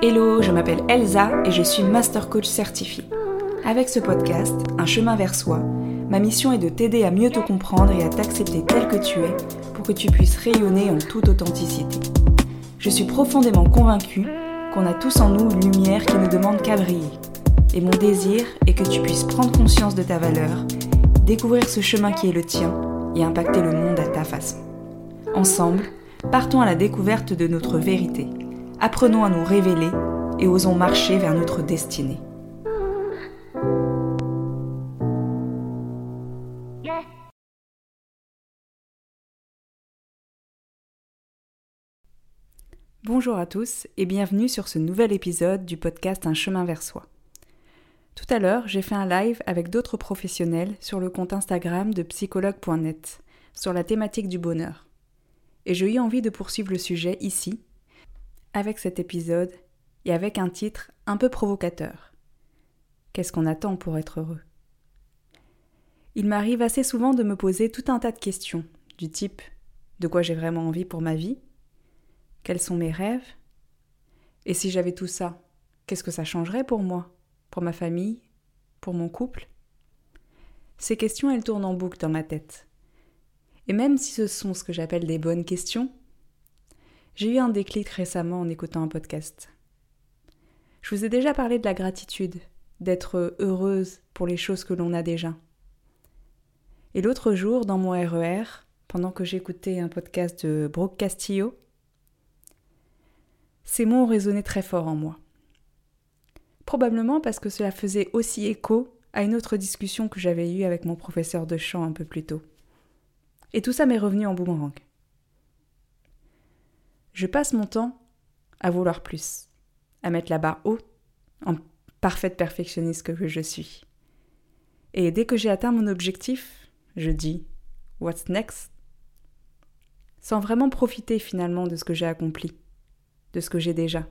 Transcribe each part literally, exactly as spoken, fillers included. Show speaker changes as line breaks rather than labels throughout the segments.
Hello, je m'appelle Elsa et je suis Master Coach certifiée. Avec ce podcast, Un chemin vers soi, ma mission est de t'aider à mieux te comprendre et à t'accepter tel que tu es pour que tu puisses rayonner en toute authenticité. Je suis profondément convaincue qu'on a tous en nous une lumière qui ne demande qu'à briller. Et mon désir est que tu puisses prendre conscience de ta valeur, découvrir ce chemin qui est le tien et impacter le monde à ta façon. Ensemble, partons à la découverte de notre vérité. Apprenons à nous révéler et osons marcher vers notre destinée. Bonjour à tous et bienvenue sur ce nouvel épisode du podcast Un chemin vers soi. Tout à l'heure, j'ai fait un live avec d'autres professionnels sur le compte Instagram de psychologue point net sur la thématique du bonheur. Et j'ai eu envie de poursuivre le sujet ici, avec cet épisode et avec un titre un peu provocateur. Qu'est-ce qu'on attend pour être heureux ? Il m'arrive assez souvent de me poser tout un tas de questions, du type « de quoi j'ai vraiment envie pour ma vie ? Quels sont mes rêves ? Et si j'avais tout ça, qu'est-ce que ça changerait pour moi ? Pour ma famille ? Pour mon couple ? » Ces questions, elles tournent en boucle dans ma tête. Et même si ce sont ce que j'appelle des bonnes questions, j'ai eu un déclic récemment en écoutant un podcast. Je vous ai déjà parlé de la gratitude, d'être heureuse pour les choses que l'on a déjà. Et l'autre jour, dans mon R E R, pendant que j'écoutais un podcast de Brooke Castillo, ces mots ont résonné très fort en moi. Probablement parce que cela faisait aussi écho à une autre discussion que j'avais eue avec mon professeur de chant un peu plus tôt. Et tout ça m'est revenu en boomerang. Je passe mon temps à vouloir plus, à mettre la barre haut, en parfaite perfectionniste que je suis. Et dès que j'ai atteint mon objectif, je dis « What's next ?» sans vraiment profiter finalement de ce que j'ai accompli, de ce que j'ai déjà.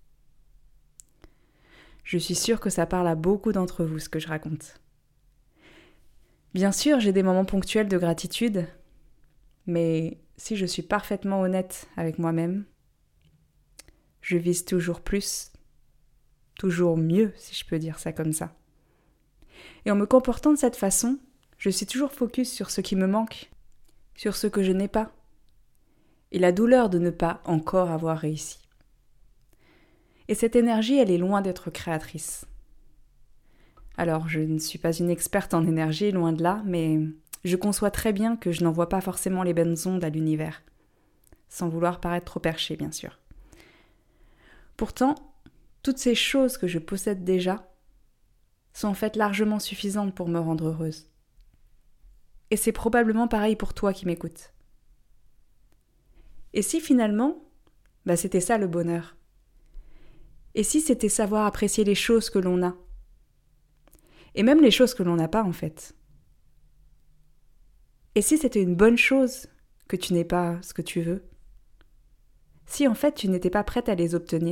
Je suis sûre que ça parle à beaucoup d'entre vous ce que je raconte. Bien sûr, j'ai des moments ponctuels de gratitude, mais si je suis parfaitement honnête avec moi-même, je vise toujours plus, toujours mieux, si je peux dire ça comme ça. Et en me comportant de cette façon, je suis toujours focus sur ce qui me manque, sur ce que je n'ai pas, et la douleur de ne pas encore avoir réussi. Et cette énergie, elle est loin d'être créatrice. Alors, je ne suis pas une experte en énergie, loin de là, mais je conçois très bien que je n'envoie pas forcément les bonnes ondes à l'univers, sans vouloir paraître trop perché, bien sûr. Pourtant, toutes ces choses que je possède déjà sont en fait largement suffisantes pour me rendre heureuse. Et c'est probablement pareil pour toi qui m'écoutes. Et si finalement, bah c'était ça le bonheur ? Et si c'était savoir apprécier les choses que l'on a ? Et même les choses que l'on n'a pas en fait ? Et si c'était une bonne chose que tu n'aies pas ce que tu veux ? Si en fait tu n'étais pas prête à les obtenir ?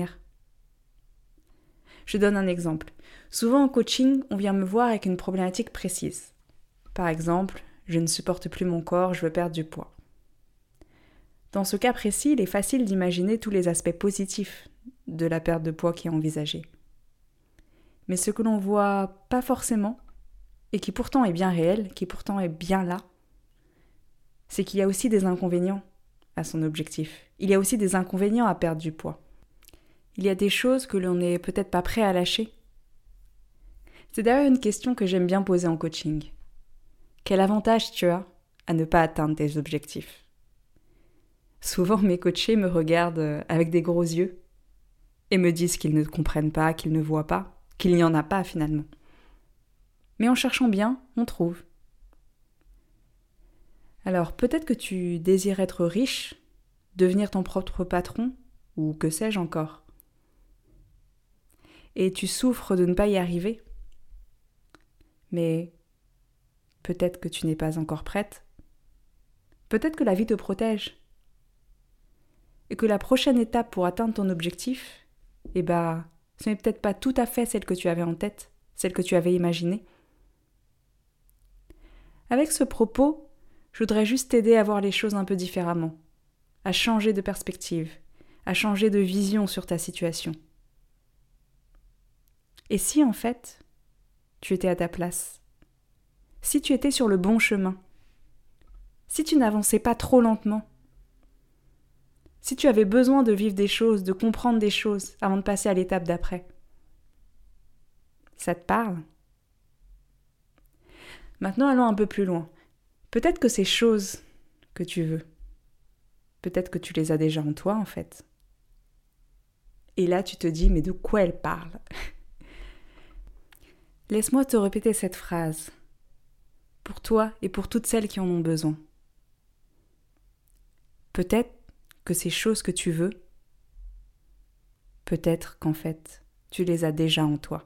Je donne un exemple. Souvent en coaching, on vient me voir avec une problématique précise. Par exemple, je ne supporte plus mon corps, je veux perdre du poids. Dans ce cas précis, il est facile d'imaginer tous les aspects positifs de la perte de poids qui est envisagée. Mais ce que l'on voit pas forcément, et qui pourtant est bien réel, qui pourtant est bien là, c'est qu'il y a aussi des inconvénients à son objectif. Il y a aussi des inconvénients à perdre du poids. Il y a des choses que l'on n'est peut-être pas prêt à lâcher. C'est d'ailleurs une question que j'aime bien poser en coaching. Quel avantage tu as à ne pas atteindre tes objectifs ? Souvent mes coachés me regardent avec des gros yeux et me disent qu'ils ne comprennent pas, qu'ils ne voient pas, qu'il n'y en a pas finalement. Mais en cherchant bien, on trouve. Alors peut-être que tu désires être riche, devenir ton propre patron, ou que sais-je encore. Et tu souffres de ne pas y arriver. Mais peut-être que tu n'es pas encore prête. Peut-être que la vie te protège. Et que la prochaine étape pour atteindre ton objectif, eh ben, ce n'est peut-être pas tout à fait celle que tu avais en tête, celle que tu avais imaginée. Avec ce propos, je voudrais juste t'aider à voir les choses un peu différemment, à changer de perspective, à changer de vision sur ta situation. Et si en fait, tu étais à ta place? Si tu étais sur le bon chemin? Si tu n'avançais pas trop lentement? Si tu avais besoin de vivre des choses, de comprendre des choses avant de passer à l'étape d'après? Ça te parle? Maintenant, allons un peu plus loin. Peut-être que ces choses que tu veux, peut-être que tu les as déjà en toi en fait. Et là, tu te dis, mais de quoi elle parle? Laisse-moi te répéter cette phrase, pour toi et pour toutes celles qui en ont besoin. Peut-être que ces choses que tu veux, peut-être qu'en fait, tu les as déjà en toi.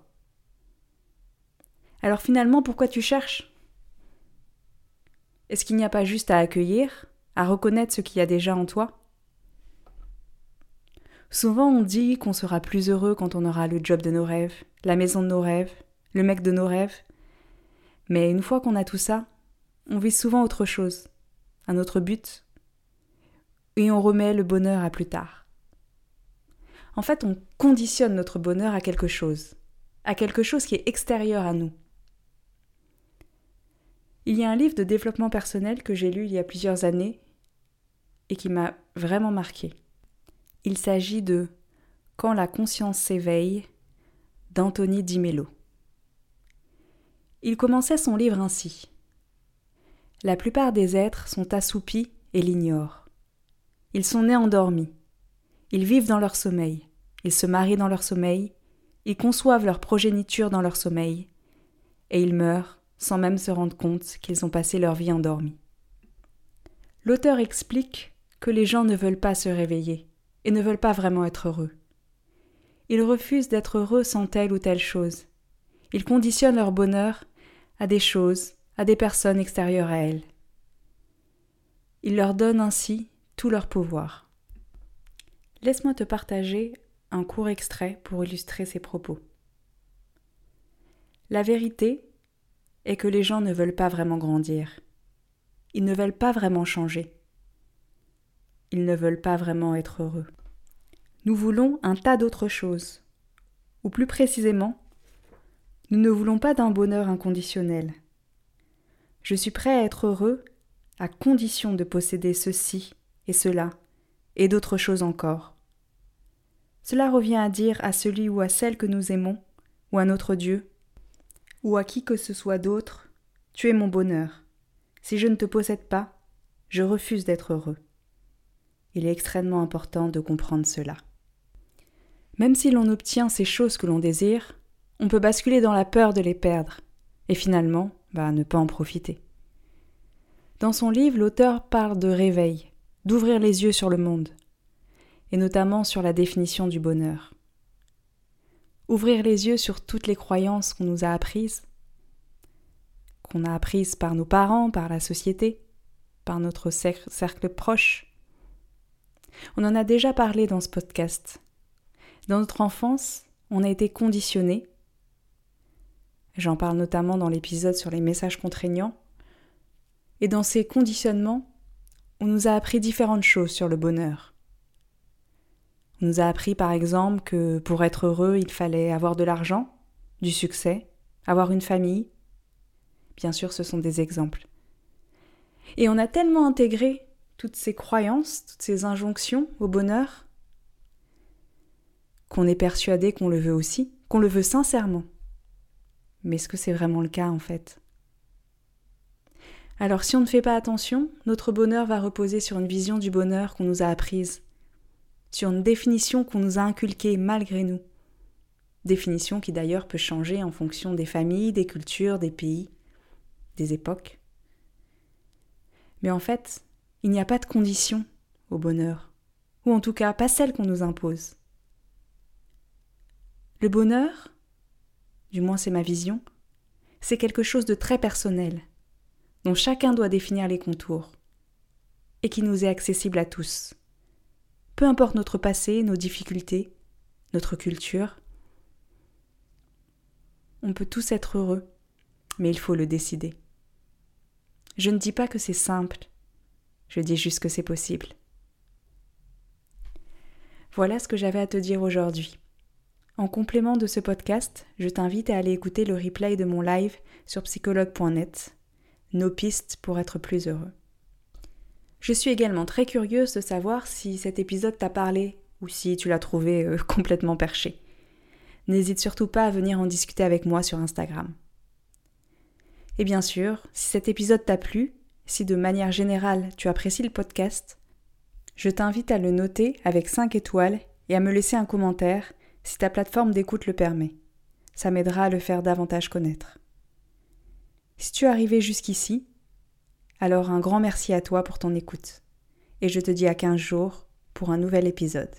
Alors finalement, pourquoi tu cherches? Est-ce qu'il n'y a pas juste à accueillir, à reconnaître ce qu'il y a déjà en toi? Souvent on dit qu'on sera plus heureux quand on aura le job de nos rêves, la maison de nos rêves, le mec de nos rêves. Mais une fois qu'on a tout ça, on vise souvent autre chose, un autre but, et on remet le bonheur à plus tard. En fait, on conditionne notre bonheur à quelque chose, à quelque chose qui est extérieur à nous. Il y a un livre de développement personnel que j'ai lu il y a plusieurs années et qui m'a vraiment marqué. Il s'agit de « Quand la conscience s'éveille » d'Anthony Di Mello. Il commençait son livre ainsi. « La plupart des êtres sont assoupis et l'ignorent. Ils sont nés endormis. Ils vivent dans leur sommeil. Ils se marient dans leur sommeil. Ils conçoivent leur progéniture dans leur sommeil. Et ils meurent sans même se rendre compte qu'ils ont passé leur vie endormis. » L'auteur explique que les gens ne veulent pas se réveiller et ne veulent pas vraiment être heureux. Ils refusent d'être heureux sans telle ou telle chose. Ils conditionnent leur bonheur à des choses, à des personnes extérieures à elles. Ils leur donnent ainsi tout leur pouvoir. Laisse-moi te partager un court extrait pour illustrer ces propos. La vérité est que les gens ne veulent pas vraiment grandir. Ils ne veulent pas vraiment changer. Ils ne veulent pas vraiment être heureux. Nous voulons un tas d'autres choses. Ou plus précisément, nous ne voulons pas d'un bonheur inconditionnel. Je suis prêt à être heureux à condition de posséder ceci et cela, et d'autres choses encore. Cela revient à dire à celui ou à celle que nous aimons, ou à notre Dieu, ou à qui que ce soit d'autre, tu es mon bonheur. Si je ne te possède pas, je refuse d'être heureux. Il est extrêmement important de comprendre cela. Même si l'on obtient ces choses que l'on désire, on peut basculer dans la peur de les perdre, et finalement, bah, ne pas en profiter. Dans son livre, l'auteur parle de réveil, d'ouvrir les yeux sur le monde, et notamment sur la définition du bonheur. Ouvrir les yeux sur toutes les croyances qu'on nous a apprises, qu'on a apprises par nos parents, par la société, par notre cercle proche. On en a déjà parlé dans ce podcast. Dans notre enfance, on a été conditionnés. J'en parle notamment dans l'épisode sur les messages contraignants. Et dans ces conditionnements, on nous a appris différentes choses sur le bonheur. On nous a appris par exemple que pour être heureux, il fallait avoir de l'argent, du succès, avoir une famille. Bien sûr, ce sont des exemples. Et on a tellement intégré toutes ces croyances, toutes ces injonctions au bonheur, qu'on est persuadé qu'on le veut aussi, qu'on le veut sincèrement. Mais est-ce que c'est vraiment le cas en fait ? Alors si on ne fait pas attention, notre bonheur va reposer sur une vision du bonheur qu'on nous a apprise, sur une définition qu'on nous a inculquée malgré nous. Définition qui d'ailleurs peut changer en fonction des familles, des cultures, des pays, des époques. Mais en fait, il n'y a pas de condition au bonheur, ou en tout cas pas celle qu'on nous impose. Le bonheur, du moins c'est ma vision, c'est quelque chose de très personnel, dont chacun doit définir les contours, et qui nous est accessible à tous. Peu importe notre passé, nos difficultés, notre culture, on peut tous être heureux, mais il faut le décider. Je ne dis pas que c'est simple, je dis juste que c'est possible. Voilà ce que j'avais à te dire aujourd'hui. En complément de ce podcast, je t'invite à aller écouter le replay de mon live sur psychologue point net, Nos pistes pour être plus heureux. Je suis également très curieuse de savoir si cet épisode t'a parlé ou si tu l'as trouvé euh, complètement perché. N'hésite surtout pas à venir en discuter avec moi sur Instagram. Et bien sûr, si cet épisode t'a plu, si de manière générale tu apprécies le podcast, je t'invite à le noter avec cinq étoiles et à me laisser un commentaire si ta plateforme d'écoute le permet. Ça m'aidera à le faire davantage connaître. Si tu es arrivé jusqu'ici, alors un grand merci à toi pour ton écoute. Et je te dis à quinze jours pour un nouvel épisode.